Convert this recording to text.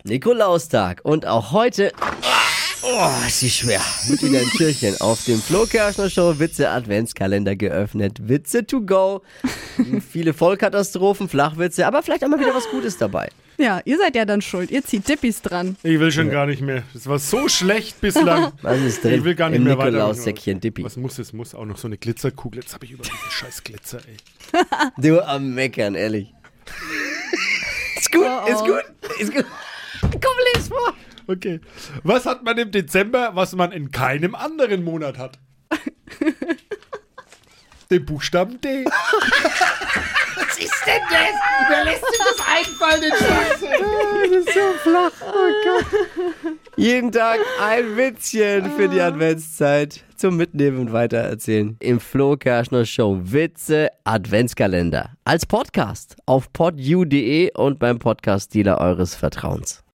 Nikolaustag und auch heute, ist sie schwer, wird wieder ein Türchen auf dem Flo Kerschner Show Witze Adventskalender geöffnet. Witze to go, viele Vollkatastrophen, Flachwitze, aber vielleicht auch mal wieder was Gutes dabei. Ja, ihr seid ja dann schuld. Ihr zieht Dippis dran. Ich will schon gar nicht mehr. Das war so schlecht bislang. Was ist drin? Ich will gar nicht Im mehr weiter. Nikolaussäckchen Dippi. Was muss es? Muss auch noch so eine Glitzerkugel. Jetzt habe ich über diesen scheiß Glitzer, ey. Du am Meckern, ehrlich. Ist gut, ist gut, ist gut. Komm, les vor. Okay. Was hat man im Dezember, was man in keinem anderen Monat hat? Den Buchstaben D. Was ist denn das? Wer lässt sich das einfallen, den Scheiße? Das ist so flach. Oh Gott. Jeden Tag ein Witzchen für die Adventszeit zum Mitnehmen und Weitererzählen. Im Flo Kerschner Show Witze Adventskalender. Als Podcast auf podu.de und beim Podcast-Dealer eures Vertrauens.